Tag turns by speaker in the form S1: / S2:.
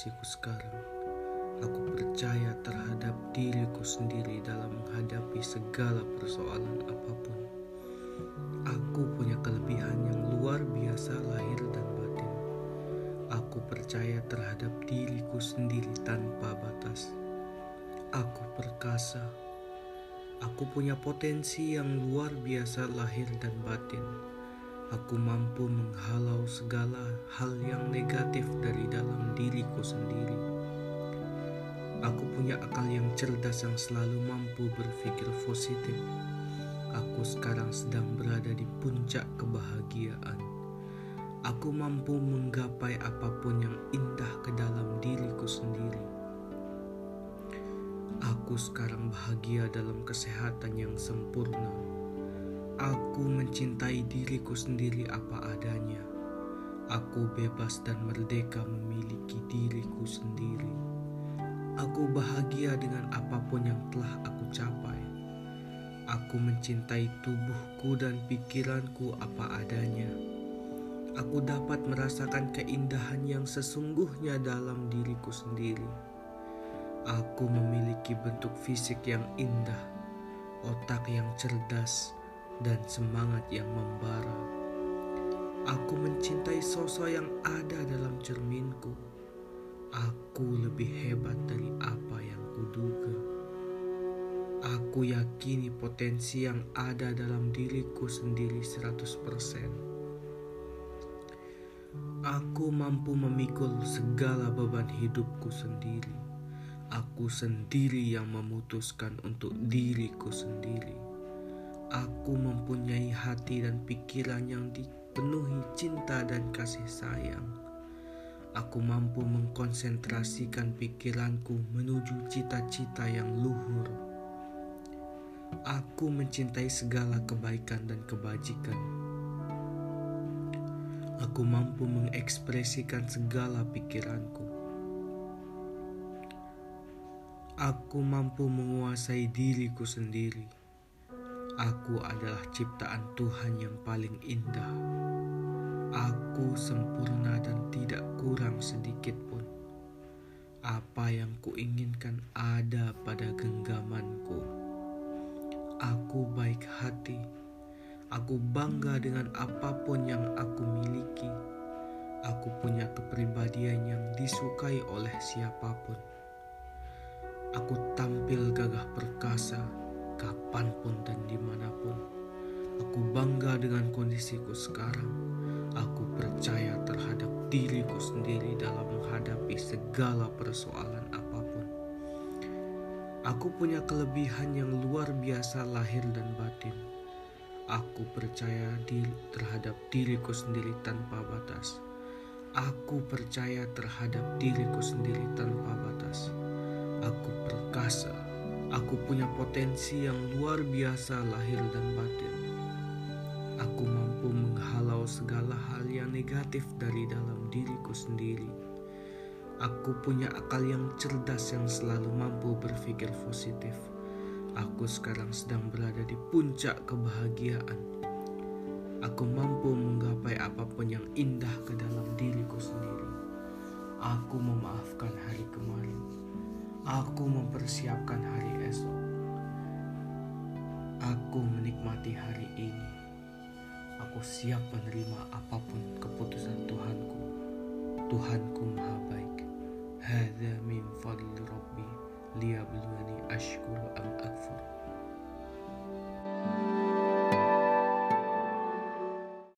S1: kondisiku sekarang. Aku percaya terhadap diriku sendiri dalam menghadapi segala persoalan apapun. Aku punya kelebihan yang luar biasa lahir dan batin. Aku percaya terhadap diriku sendiri tanpa batas. Aku perkasa. Aku punya potensi yang luar biasa lahir dan batin. Aku mampu menghalau segala hal yang negatif dari dalam diriku sendiri. Aku punya akal yang cerdas yang selalu mampu berpikir positif. Aku sekarang sedang berada di puncak kebahagiaan. Aku mampu menggapai apapun yang indah ke dalam diriku sendiri. Aku sekarang bahagia dalam kesehatan yang sempurna. Aku mencintai diriku sendiri apa adanya. Aku bebas dan merdeka memiliki diriku sendiri. Aku bahagia dengan apapun yang telah aku capai. Aku mencintai tubuhku dan pikiranku apa adanya. Aku dapat merasakan keindahan yang sesungguhnya dalam diriku sendiri. Aku memiliki bentuk fisik yang indah, otak yang cerdas, dan semangat yang membara. Aku mencintai sosok yang ada dalam cerminku. Aku lebih hebat dari apa yang kuduga. Aku yakini potensi yang ada dalam diriku sendiri 100%. Aku mampu memikul segala beban hidupku sendiri. Aku sendiri yang memutuskan untuk diriku sendiri. Aku mempunyai hati dan pikiran yang dipenuhi cinta dan kasih sayang. Aku mampu mengkonsentrasikan pikiranku menuju cita-cita yang luhur. Aku mencintai segala kebaikan dan kebajikan. Aku mampu mengekspresikan segala pikiranku. Aku mampu menguasai diriku sendiri. Aku adalah ciptaan Tuhan yang paling indah. Aku sempurna dan tidak kurang sedikit pun. Apa yang kuinginkan ada pada genggamanku. Aku baik hati. Aku bangga dengan apapun yang aku miliki. Aku punya kepribadian yang disukai oleh siapapun. Aku tampil gagah perkasa kapanpun dan dimanapun. Aku bangga dengan kondisiku sekarang. Aku percaya terhadap diriku sendiri dalam menghadapi segala persoalan apapun. Aku punya kelebihan yang luar biasa lahir dan batin. Aku percaya terhadap diriku sendiri tanpa batas. Aku percaya terhadap diriku sendiri tanpa batas. Aku perkasa. Aku punya potensi yang luar biasa lahir dan batin. Aku mampu menghalau segala hal yang negatif dari dalam diriku sendiri. Aku punya akal yang cerdas yang selalu mampu berpikir positif. Aku sekarang sedang berada di puncak kebahagiaan. Aku mampu menggapai apapun yang indah ke dalam diriku sendiri. Aku memaafkan hari kemarin. Aku mempersiapkan hari esok. Aku menikmati hari ini. Aku siap menerima apapun keputusan Tuhanku. Tuhanku maha baik. Hadza min fadli Rabbi liyabluwani ashkur